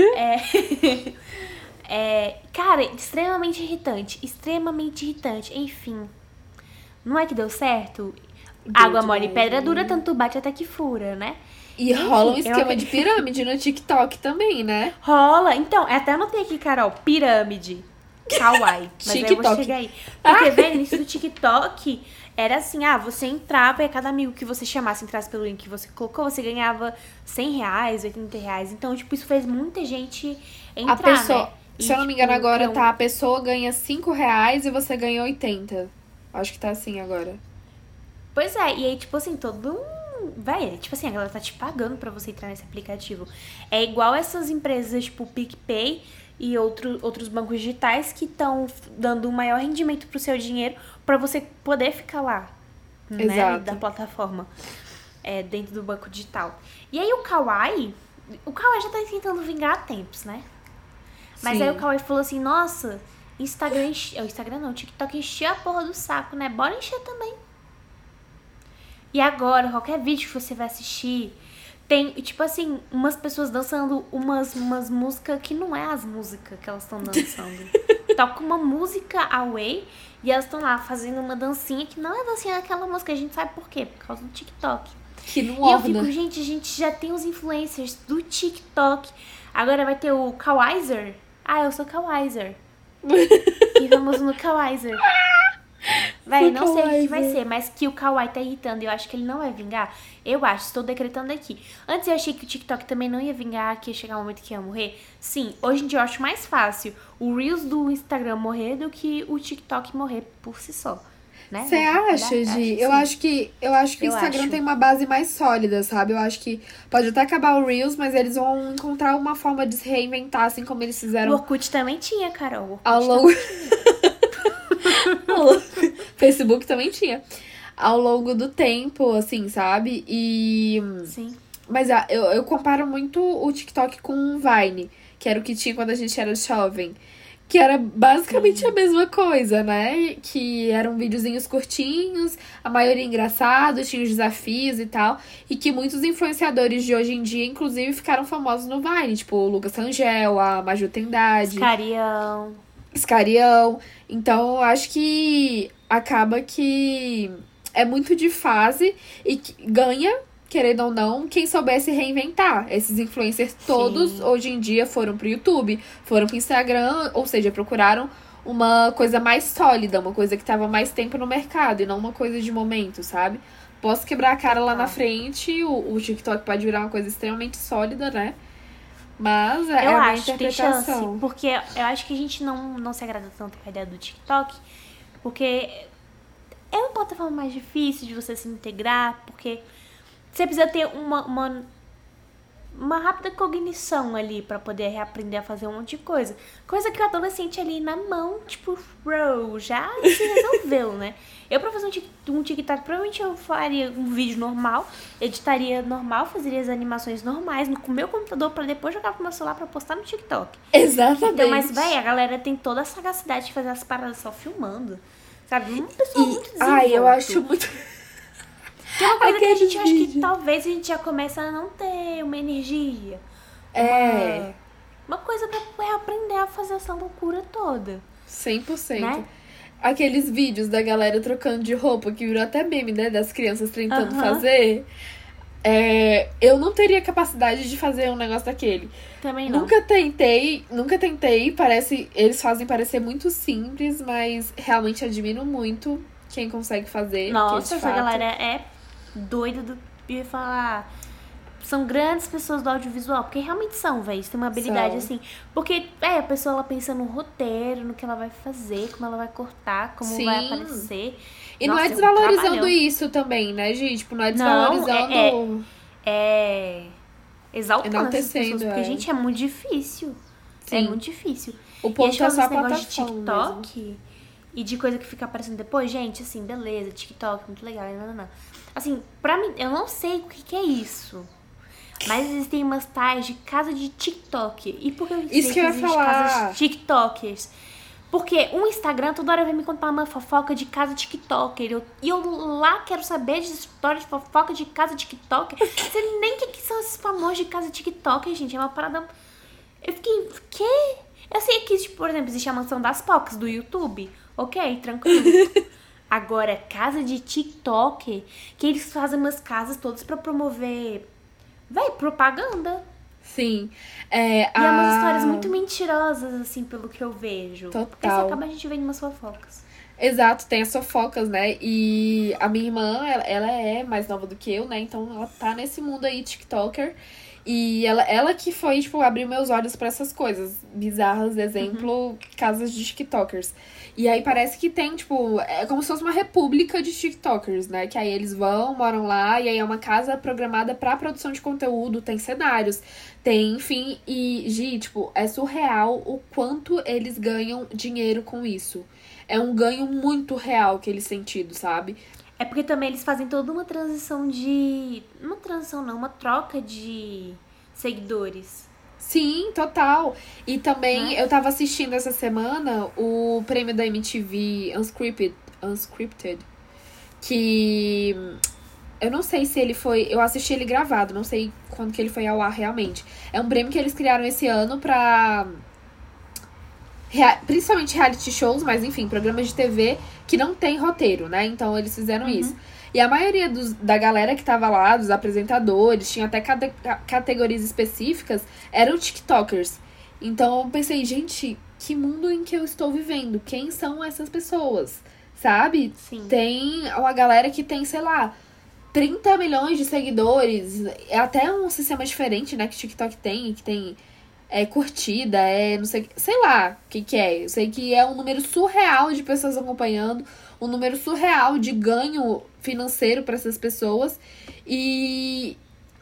Cara, extremamente irritante. Enfim, não é que deu certo? Água mole e pedra dura, tanto bate até que fura, né? E rola um esquema de pirâmide no TikTok também, né? Rola. Então, até anotei aqui, Carol, pirâmide. Kawaii. Mas aí eu vou chegar aí. Porque, velho, no início do TikTok, era assim, você entrava e a cada amigo que você chamasse, entrasse pelo link que você colocou, você ganhava R$100, R$80. Então, tipo, isso fez muita gente entrar, né? Se eu não me engano agora, a pessoa ganha R$5 e você ganha 80. Acho que tá assim agora. Pois é, e aí, tipo assim, Véi, tipo assim, a galera tá te pagando pra você entrar nesse aplicativo. É igual essas empresas, tipo, PicPay e outros bancos digitais que estão dando um maior rendimento pro seu dinheiro pra você poder ficar lá, né, da plataforma, dentro do banco digital. E aí o Kawaii já tá tentando vingar há tempos, né? Mas aí o Kawaii falou assim, nossa, TikTok encheu a porra do saco, né? Bora encher também. E agora, qualquer vídeo que você vai assistir, tem, tipo assim, umas pessoas dançando umas músicas que não é as músicas que elas estão dançando. Toca uma música away e elas estão lá fazendo uma dancinha que não é dancinha daquela música. A gente sabe por quê? Por causa do TikTok. Que não orna. E eu fico, gente, a gente já tem os influencers do TikTok. Agora vai ter o Kawaiser. Eu sou Kawaiser. E vamos no Kawaiser. Véi, não sei o que vai ser, mas que o Kawaii tá irritando e eu acho que ele não vai vingar. Eu acho, estou decretando aqui. Antes eu achei que o TikTok também não ia vingar, que ia chegar um momento que ia morrer. Sim, hoje em dia eu acho mais fácil o Reels do Instagram morrer do que o TikTok morrer por si só. Né? Você acha, Gi? Eu acho que o Instagram tem uma base mais sólida, sabe? Eu acho que pode até acabar o Reels, mas eles vão encontrar uma forma de se reinventar, assim como eles fizeram. O Orkut também tinha, Carol. Ao longo... Facebook também tinha. Ao longo do tempo, assim, sabe? Sim. Mas eu comparo muito o TikTok com o Vine, que era o que tinha quando a gente era jovem. Que era basicamente a mesma coisa, né? Que eram videozinhos curtinhos, a maioria engraçados, tinha os desafios e tal. E que muitos influenciadores de hoje em dia, inclusive, ficaram famosos no Vine. Tipo, o Lucas Rangel, a Maju Trindade. Scarião. Então, eu acho que acaba que é muito de fase e que ganha, querendo ou não, quem soubesse reinventar. Esses influencers todos, hoje em dia, foram pro YouTube, foram pro Instagram, ou seja, procuraram uma coisa mais sólida, uma coisa que tava mais tempo no mercado e não uma coisa de momento, sabe? Posso quebrar a cara lá na frente, o TikTok pode virar uma coisa extremamente sólida, né? Mas é a minha interpretação. Tem chance, porque eu acho que a gente não se agrada tanto com a ideia do TikTok, porque é uma plataforma mais difícil de você se integrar, porque você precisa ter uma rápida cognição ali pra poder reaprender a fazer um monte de coisa. Coisa que o adolescente ali na mão, tipo, bro, já se resolveu, né? Eu, pra fazer um TikTok, provavelmente eu faria um vídeo normal, editaria normal, fazeria as animações normais no meu computador pra depois jogar pro meu celular pra postar no TikTok. Exatamente. Então, mas, véi, a galera tem toda a sagacidade de fazer as paradas só filmando. Sabe? Uma pessoa muito desenvolta. Ai, eu acho muito... Que é uma coisa que a gente acha que talvez a gente já começa a não ter uma energia. Uma coisa pra aprender a fazer essa loucura toda. 100%. Né? Aqueles vídeos da galera trocando de roupa, que virou até meme, né? Das crianças tentando fazer. Eu não teria capacidade de fazer um negócio daquele. Também não. Nunca tentei. Eles fazem parecer muito simples, mas realmente admiro muito quem consegue fazer. Nossa, essa galera é doida de falar. São grandes pessoas do audiovisual, porque realmente são, velho. Tem uma habilidade assim. Porque a pessoa ela pensa no roteiro, no que ela vai fazer, como ela vai cortar, como vai aparecer. E não é desvalorizando isso também, né, gente? Tipo, não é desvalorizando. Exaltando essas pessoas, porque, gente, é muito difícil. É muito difícil. O ponto é só a plataforma de TikTok mesmo. E de coisa que fica aparecendo depois, gente, assim, beleza, TikTok, muito legal, não. Assim, pra mim, eu não sei o que é isso. Mas existem umas tais de casa de TikTok. E por que eu sei isso que eu ia falar? Casas de TikTokers? Porque o Instagram toda hora vem me contar uma fofoca de casa TikToker. E eu lá quero saber de história de fofoca de casa TikToker. Não sei nem o que são esses famosos de casa TikToker, gente. É uma parada... Eu fiquei... Quê? Eu sei que, tipo, por exemplo, existe a mansão das Pocas do YouTube. Ok, tranquilo. Agora, casa de TikToker, que eles fazem umas casas todas pra promover... propaganda. Sim. E é umas histórias muito mentirosas, assim, pelo que eu vejo. Total. Porque isso acaba a gente vendo umas fofocas. Exato, tem as fofocas, né? E a minha irmã, ela é mais nova do que eu, né? Então ela tá nesse mundo aí, TikToker. E ela que foi, tipo, abrir meus olhos pra essas coisas bizarras, exemplo, casas de TikTokers. E aí parece que tem, tipo, é como se fosse uma república de TikTokers, né? Que aí eles vão, moram lá, e aí é uma casa programada pra produção de conteúdo, tem cenários, tem, enfim, e, tipo, é surreal o quanto eles ganham dinheiro com isso. É um ganho muito real que eles têm tido, sabe? É porque também eles fazem toda uma transição de... Uma transição não, uma troca de seguidores. Sim, total. E também eu tava assistindo essa semana o prêmio da MTV Unscripted, que eu não sei se ele foi... Eu assisti ele gravado, não sei quando que ele foi ao ar realmente. É um prêmio que eles criaram esse ano pra... Principalmente reality shows, mas enfim, programas de TV que não tem roteiro, né? Então eles fizeram isso. E a maioria da galera que tava lá, dos apresentadores, tinha até categorias específicas, eram TikTokers. Então eu pensei, gente, que mundo em que eu estou vivendo? Quem são essas pessoas? Sabe? Sim. Tem uma galera que tem, sei lá, 30 milhões de seguidores. É até um sistema diferente, né, que TikTok tem, que tem... curtida, não sei lá o que é. Eu sei que é um número surreal de pessoas acompanhando, um número surreal de ganho financeiro para essas pessoas. E,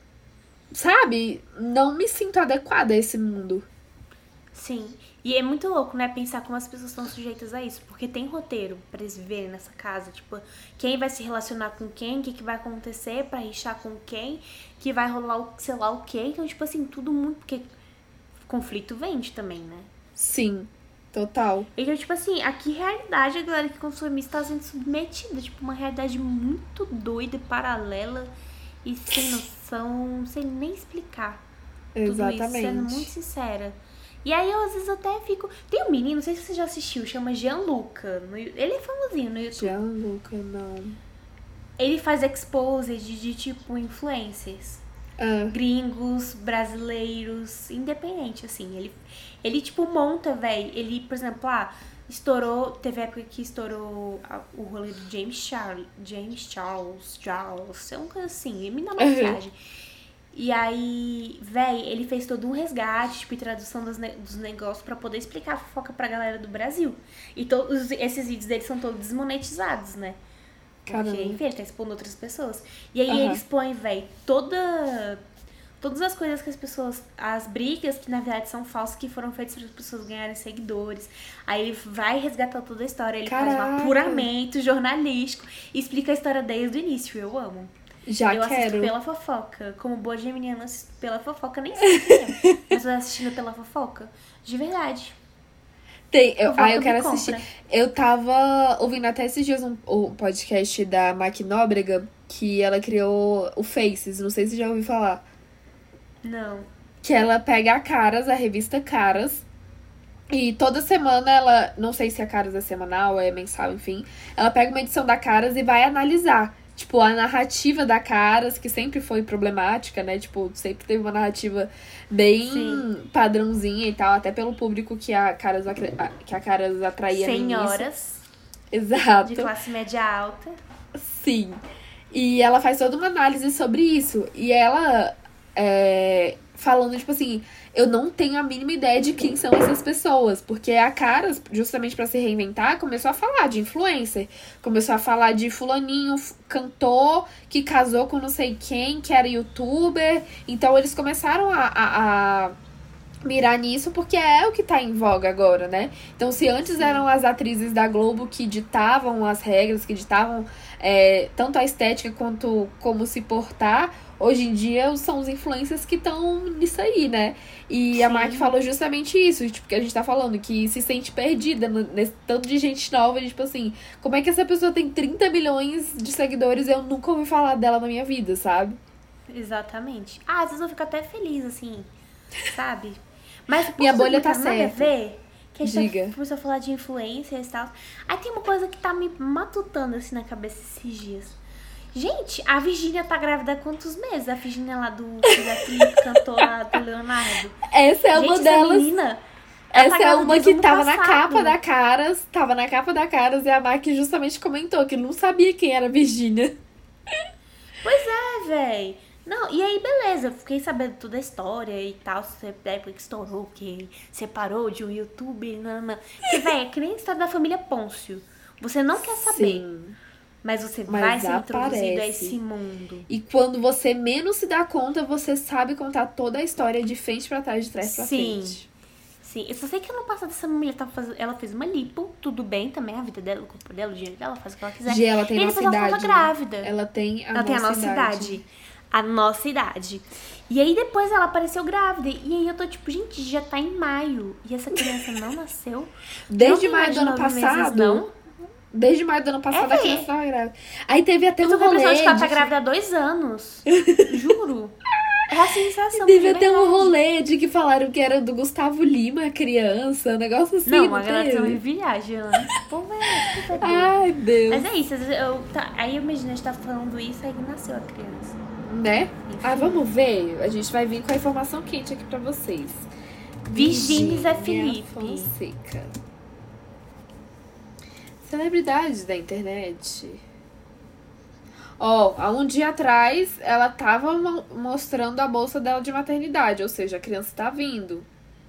sabe, não me sinto adequada a esse mundo. Sim, e é muito louco, né, pensar como as pessoas estão sujeitas a isso, porque tem roteiro pra eles viverem nessa casa, tipo, quem vai se relacionar com quem, o que vai acontecer pra rixar com quem, que vai rolar o sei lá o quê. Então, tipo assim, tudo muito... Porque conflito vende também, né? Sim. Total. Então, tipo assim, a que realidade a galera que consome isso tá sendo submetida? Tipo, uma realidade muito doida, paralela e sem noção, não sei nem explicar. Exatamente. Tudo isso, sendo muito sincera. E aí, eu, às vezes, até fico... Tem um menino, não sei se você já assistiu, chama Gianluca. Ele é famosinho no YouTube. Gianluca, não. Ele faz exposed de tipo, influencers. Gringos, brasileiros, independente, assim. Ele tipo, monta, velho. Ele, por exemplo, estourou... Teve época que estourou o rolê do James Charles, é uma coisa assim. Ele me dá maquiagem. E aí, véi, ele fez todo um resgate, tipo, e tradução dos negócios pra poder explicar a fofoca pra galera do Brasil. E todos esses vídeos dele são todos desmonetizados, né? Porque, enfim, ele tá expondo outras pessoas. E aí ele expõe, véi, todas as coisas que as pessoas... As brigas que, na verdade, são falsas, que foram feitas para as pessoas ganharem seguidores. Aí ele vai resgatar toda a história, ele faz um apuramento jornalístico e explica a história desde o início. Eu amo. Eu assisto pela fofoca. Como boa geminiana, assisto pela fofoca. Nem sei quem é, mas eu tô assistindo pela fofoca. De verdade. Eu quero assistir. Eu tava ouvindo até esses dias o podcast da Mac Nóbrega, que ela criou o Faces. Não sei se já ouviu falar. Não. Que ela pega a Caras, a revista Caras. E toda semana ela... Não sei se a Caras é semanal, é mensal, enfim. Ela pega uma edição da Caras e vai analisar. Tipo, a narrativa da Caras, que sempre foi problemática, né? Tipo, sempre teve uma narrativa bem padrãozinha e tal. Até pelo público que a Caras atraía no início. Senhoras. Exato. De classe média alta. Sim. E ela faz toda uma análise sobre isso. E ela... falando, tipo assim, eu não tenho a mínima ideia de quem são essas pessoas, porque a Caras, justamente pra se reinventar, começou a falar de influencer, começou a falar de fulaninho, cantor, que casou com não sei quem, que era youtuber, então eles começaram a mirar nisso, porque é o que tá em voga agora, né? Então, se antes eram as atrizes da Globo que ditavam as regras, que ditavam tanto a estética quanto como se portar, hoje em dia são os influencers que estão nisso aí, né? E a Mac falou justamente isso, tipo, que a gente tá falando, que se sente perdida nesse tanto de gente nova, de, tipo assim, como é que essa pessoa tem 30 milhões de seguidores e eu nunca ouvi falar dela na minha vida, sabe? Exatamente. Às vezes eu fico até feliz, assim, sabe? Mas minha bolha tá certa. Nada a ver, que a gente começou a falar de influencers e tal. Aí tem uma coisa que tá me matutando, assim, na cabeça esses dias. Gente, a Virgínia tá grávida há quantos meses? A Virgínia lá do Felipe, cantor lá do Leonardo. Essa é uma delas. Menina, essa é uma que tava na capa da Caras. Tava na capa da Caras e a Mac justamente comentou que não sabia quem era a Virgínia. Pois é, véi. Não, e aí beleza, eu fiquei sabendo toda a história e tal, depois que estourou, que separou de um youtuber, não. Porque, véi, é que nem a história da família Pôncio. Você não quer saber. Sim. Mas você vai ser introduzido a esse mundo. E quando você menos se dá conta, você sabe contar toda a história de frente pra trás, de trás pra frente. Sim. Eu só sei que ano passado essa mulher ela fez uma lipo, tudo bem também, a vida dela, o corpo dela, o dinheiro dela, faz o que ela quiser. E ela tem a nossa idade. Ela tava grávida. Ela tem a nossa idade. A nossa idade. E aí depois ela apareceu grávida. E aí eu tô tipo, gente, já tá em maio. E essa criança não nasceu. Desde maio do ano passado. Meses, não? Desde maio do ano passado a criança tava grávida. Aí teve até um rolê. Eu tô com a impressão de que ela tá grávida há 2 anos. Juro. É a sensação. Teve até um rolê de que falaram que era do Gustavo Lima, a criança. Um negócio assim. Não, a galera tá viajando. Pô, velho. Ai, Deus. Mas é isso. Aí eu imagino a gente tá falando isso, aí nasceu a criança. Né? Enfim. Vamos ver. A gente vai vir com a informação quente aqui pra vocês. Virgínia Felipe Fonseca. Celebridades da internet. Há um dia atrás, ela tava mostrando a bolsa dela de maternidade. Ou seja, a criança tá vindo.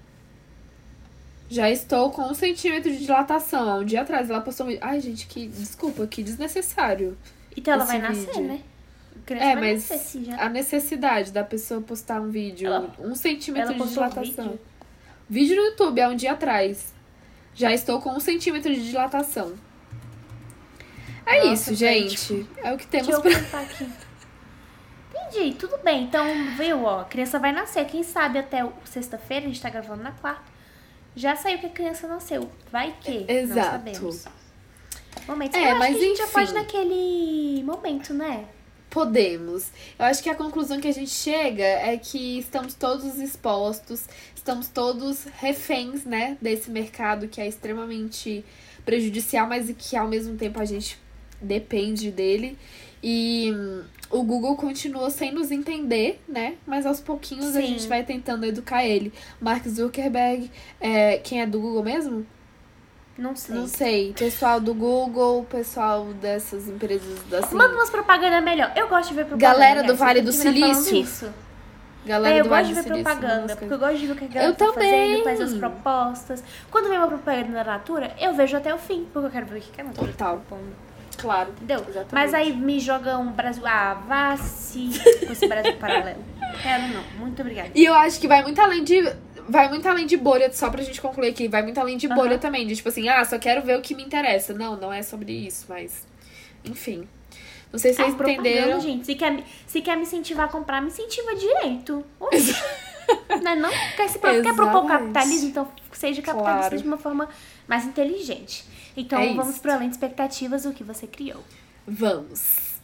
Já estou com 1 centímetro de dilatação. Há um dia atrás, ela postou um vídeo. Ai, gente, desculpa, que desnecessário. Então ela vai nascer, né? Mas a necessidade da pessoa postar um vídeo, 1 centímetro de dilatação. Vídeo no YouTube, há um dia atrás. Já estou com 1 centímetro de dilatação. Isso, gente. É o que temos pra... aqui. Entendi, tudo bem. Então, viu, a criança vai nascer. Quem sabe até sexta-feira, a gente tá gravando na quarta. Já saiu que a criança nasceu. Vai que? Exato. Não sabemos. Momentos. Eu acho que a gente já pode naquele momento, né? Podemos. Eu acho que a conclusão que a gente chega é que estamos todos expostos, estamos todos reféns, né, desse mercado que é extremamente prejudicial, mas que ao mesmo tempo a gente depende dele. E o Google continua sem nos entender, né? Mas aos pouquinhos a gente vai tentando educar ele. Mark Zuckerberg, quem é do Google mesmo? Não sei. Não sei. Pessoal do Google, pessoal dessas empresas assim. Manda umas propagandas melhor. Eu gosto de ver propaganda. Galera do Vale do Silício. Isso. Galera eu do gosto Vale de ver do Silício, propaganda, porque eu gosto de ver o que a galera tá fazendo, quais as propostas. Quando vem uma propaganda da Natura, eu vejo até o fim, porque eu quero ver o que a Natura tá propondo. Claro. Entendeu? Exatamente. Mas aí me joga um Brasil. Vá-se com esse Brasil paralelo. Quero não. Muito obrigada. E eu acho que vai muito além de bolha, só pra gente concluir aqui. Vai muito além de bolha também. De tipo assim, só quero ver o que me interessa. Não é sobre isso, mas... Enfim. Não sei se vocês entenderam. Gente. Se quer me incentivar a comprar, me incentiva direito. Não? Quer propor capitalismo? Então seja capitalista de uma forma mais inteligente. Então vamos para além de expectativas, o que você criou. Vamos.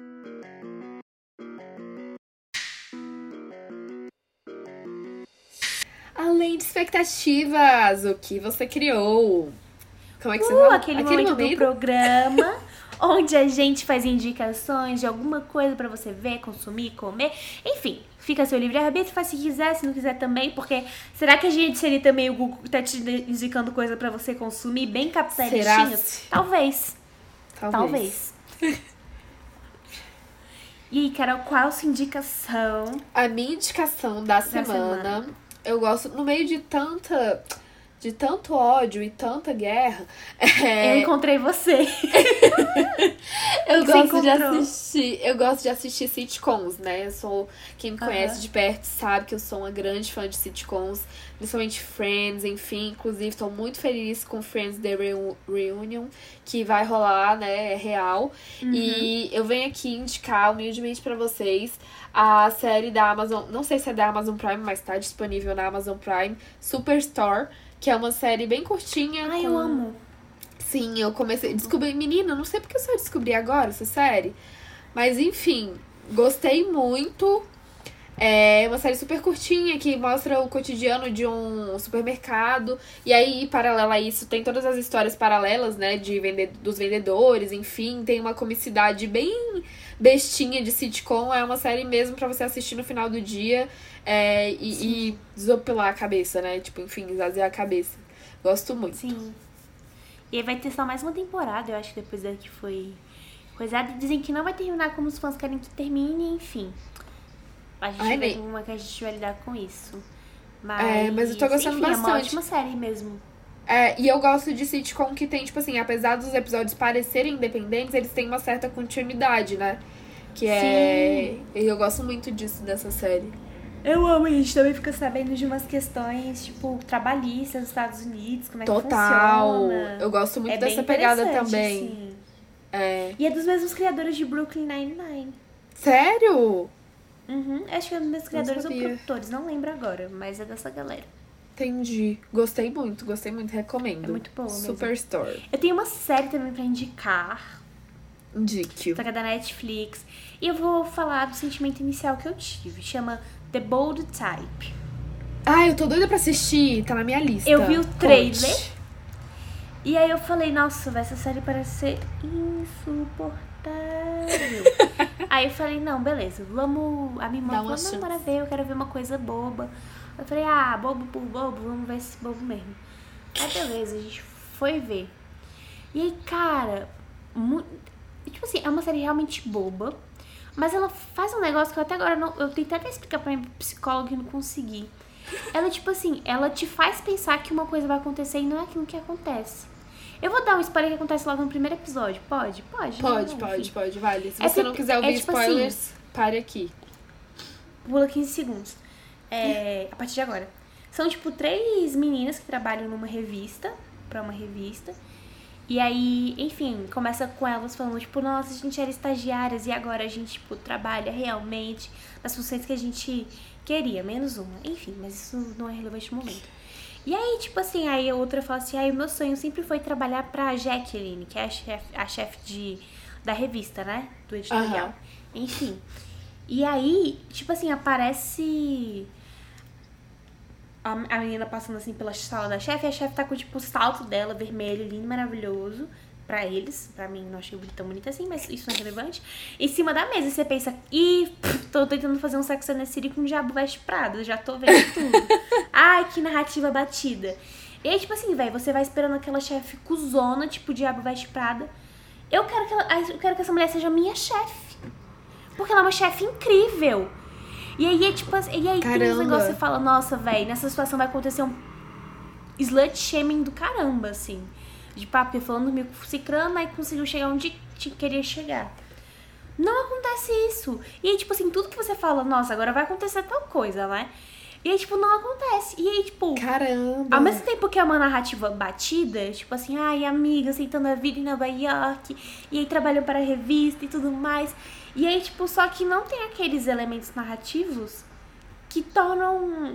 Além de expectativas, o que você criou? Como é que você fala? Aquele momento do programa onde a gente faz indicações de alguma coisa pra você ver, consumir, comer. Enfim, fica a seu livre-arbítrio, faz se quiser, se não quiser também, porque será que a gente seria também o Google que tá te indicando coisa pra você consumir bem capitalistinhas? Talvez. E aí, Carol, qual a sua indicação? A minha indicação da semana, eu gosto, no meio de tanto ódio e tanta guerra... Eu encontrei você. Eu gosto de assistir sitcoms, né? Quem me conhece de perto sabe que eu sou uma grande fã de sitcoms, principalmente Friends, enfim. Inclusive, estou muito feliz com Friends The Reunion, que vai rolar, né? É real. E eu venho aqui indicar humildemente pra vocês a série da Amazon, não sei se é da Amazon Prime, mas tá disponível na Amazon Prime, Superstore, que é uma série bem curtinha. Eu amo. Sim, eu comecei a descobrir. Menina, não sei porque eu só descobri agora essa série. Mas enfim, gostei muito. É uma série super curtinha que mostra o cotidiano de um supermercado. E aí, paralela a isso, tem todas as histórias paralelas, né? Dos vendedores, enfim. Tem uma comicidade bem bestinha de sitcom. É uma série mesmo pra você assistir no final do dia. E desopilar a cabeça, né? Tipo, enfim, esvaziar a cabeça. Gosto muito. Sim. E aí vai ter só mais uma temporada, eu acho, depois da que foi coisada. Dizem que não vai terminar como os fãs querem que termine, enfim. A gente vê como é que a gente vai lidar com isso. Mas eu tô gostando bastante. É uma ótima série mesmo. E eu gosto de sitcom que tem, tipo assim, apesar dos episódios parecerem independentes, eles têm uma certa continuidade, né? E eu gosto muito disso, dessa série. Eu amo, a gente também fica sabendo de umas questões, tipo, trabalhistas nos Estados Unidos, como é que funciona. Eu gosto muito dessa pegada também. Sim. E é dos mesmos criadores de Brooklyn Nine-Nine. Sério? Acho que é dos mesmos criadores ou produtores, não lembro agora, mas é dessa galera. Entendi. Gostei muito, recomendo. É muito boa mesmo. Superstore. Eu tenho uma série também pra indicar. Indique. Só que é da Netflix. E eu vou falar do sentimento inicial que eu tive. Chama The Bold Type. Eu tô doida pra assistir. Tá na minha lista. Eu vi o trailer. E aí eu falei, nossa, essa série parece ser insuportável. Aí eu falei, não, beleza, vamos... A minha irmã falou, não, bora ver, eu quero ver uma coisa boba. Eu falei, bobo por bobo, vamos ver esse bobo mesmo. Aí beleza, a gente foi ver. E aí, cara, tipo assim, é uma série realmente boba. Mas ela faz um negócio que eu até agora não... Eu tentei até explicar pra minha psicóloga e não consegui. Ela, tipo assim, ela te faz pensar que uma coisa vai acontecer e não é aquilo que acontece. Eu vou dar um spoiler que acontece logo no primeiro episódio. Pode? Pode, vale. Se você não quiser ouvir tipo spoilers, assim, pare aqui. Pula 15 segundos. A partir de agora. São, tipo, 3 meninas que trabalham numa revista, pra uma revista. E aí, enfim, começa com elas falando, tipo, nossa, a gente era estagiárias e agora a gente, tipo, trabalha realmente nas funções que a gente queria, menos uma. Enfim, mas isso não é relevante no momento. E aí, tipo assim, aí a outra fala assim, aí o meu sonho sempre foi trabalhar pra Jacqueline, que é a chefe da revista, né? Do editorial. Enfim. E aí, tipo assim, aparece a menina passando assim pela sala da chefe, e a chefe tá com tipo o salto dela, vermelho, lindo, maravilhoso. Pra eles, pra mim não achei tão bonito assim, mas isso não é relevante. Em cima da mesa, você pensa, tô tentando fazer um Sex and the City com o Diabo Veste Prada, já tô vendo tudo. Ai, que narrativa batida. E aí, tipo assim, velho, você vai esperando aquela chefe cuzona, tipo Diabo Veste Prada. Eu quero que essa mulher seja minha chefe. Porque ela é uma chefe incrível. E aí, é tipo, e aí tem uns negócios que você fala, nossa, velho, nessa situação vai acontecer um slut shaming do caramba, assim. De papo, falando meio cicrano, aí conseguiu chegar onde queria chegar. Não acontece isso. E aí, tipo assim, tudo que você fala, nossa, agora vai acontecer tal coisa, né? E aí, tipo, não acontece. E aí, tipo... Caramba! Ao mesmo tempo que é uma narrativa batida, tipo assim, ai, amiga, aceitando a vida em Nova York, e aí trabalham para a revista e tudo mais. E aí, tipo, só que não tem aqueles elementos narrativos que tornam...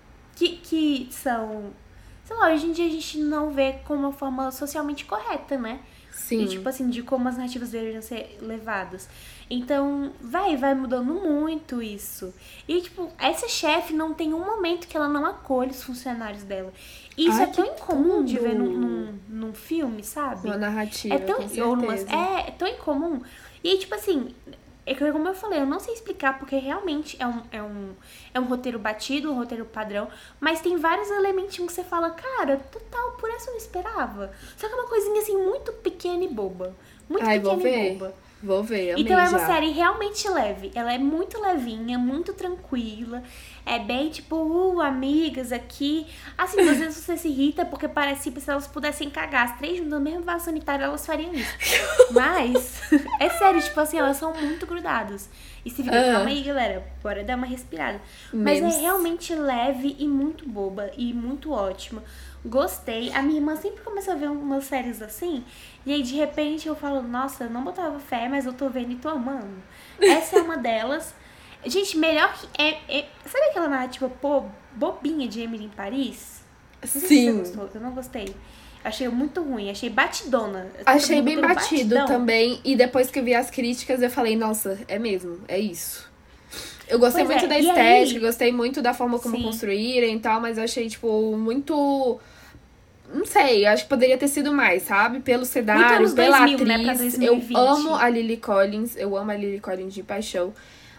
Que são... Sei lá, hoje em dia a gente não vê como uma forma socialmente correta, né? Sim. E, tipo assim, de como as narrativas deveriam ser levadas. Então, vai mudando muito isso. E, tipo, essa chefe não tem um momento que ela não acolhe os funcionários dela. E isso é tão incomum de ver num filme, sabe? Uma narrativa, com certeza. É tão incomum. E aí, tipo assim... Como eu falei, eu não sei explicar porque realmente é um roteiro batido, um roteiro padrão, mas tem vários elementinhos que você fala, cara, total, por essa eu não esperava. Só que é uma coisinha assim muito pequena e boba. Muito pequena e boba. Vou ver, amei Então é uma já. série realmente leve. Ela é muito levinha, muito tranquila. É bem tipo, amigas aqui. Assim, às vezes você se irrita porque parece que se elas pudessem cagar as três juntas no mesmo vaso sanitário, elas fariam isso. Mas, é sério, tipo assim, elas são muito grudadas. E se fica, calma aí, galera, bora dar uma respirada. Mas é realmente leve e muito boba e muito ótima. Gostei. A minha irmã sempre começa a ver umas séries assim. E aí, de repente, eu falo, nossa, eu não botava fé, mas eu tô vendo e tô amando. Essa é uma delas. Gente, melhor que... Sabe aquela narrativa bobinha de Emily em Paris? Sim. Você gostou? Eu não gostei. Achei muito ruim, achei batidona. Achei bem batido também. E depois que eu vi as críticas, eu falei, nossa, é mesmo, é isso. Eu gostei muito da estética, gostei muito da forma como construírem e tal, mas eu achei, tipo, muito... Não sei, acho que poderia ter sido mais, sabe? Pelo cenário, pela 2000, atriz. Né, eu amo a Lily Collins, de paixão,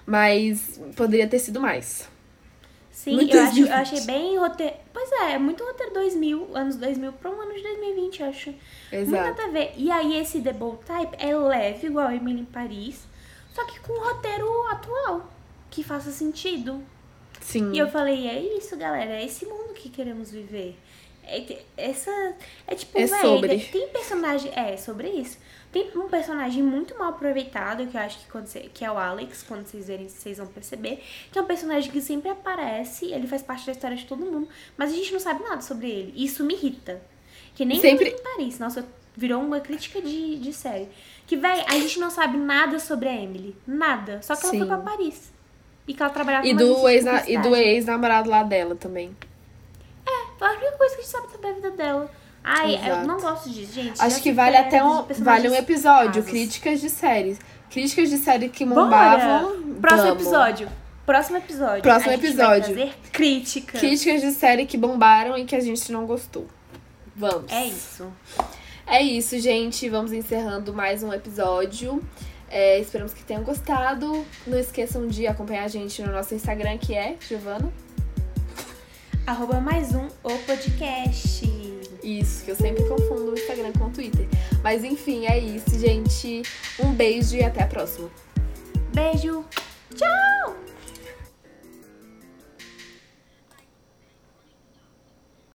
mas poderia ter sido mais. Sim, eu achei bem roteiro... Pois é muito roteiro 2000, anos 2000 pra um ano de 2020, eu acho. Exato. Muita TV. E aí esse The Bold Type é leve, igual a Emily em Paris, só que com um roteiro atual, que faça sentido. Sim. E eu falei, é isso, galera, é esse mundo que queremos viver. Sobre. Tem personagem... É, sobre isso. Tem um personagem muito mal aproveitado, que eu acho que é o Alex, quando vocês verem, vocês vão perceber. Que é um personagem que sempre aparece, ele faz parte da história de todo mundo, mas a gente não sabe nada sobre ele. E isso me irrita. Que nem em Paris. Nossa, virou uma crítica de série. Que, véi, a gente não sabe nada sobre a Emily. Nada. Só que ela foi pra Paris. E que ela trabalhava com E do ex-namorado lá dela também. É a única coisa que a gente sabe sobre a vida dela. Ai, eu não gosto disso, gente. Acho que vale até um episódio. Críticas de séries. Críticas de séries que bombavam. Próximo episódio. A gente vai trazer críticas. Críticas de série que bombaram e que a gente não gostou. Vamos. É isso. É isso, gente. Vamos encerrando mais um episódio. Esperamos que tenham gostado. Não esqueçam de acompanhar a gente no nosso Instagram, que é, Giovana? @mais1opodcast. Isso, que eu sempre confundo o Instagram com o Twitter. Mas enfim, é isso, gente. Um beijo e até a próxima. Beijo. Tchau!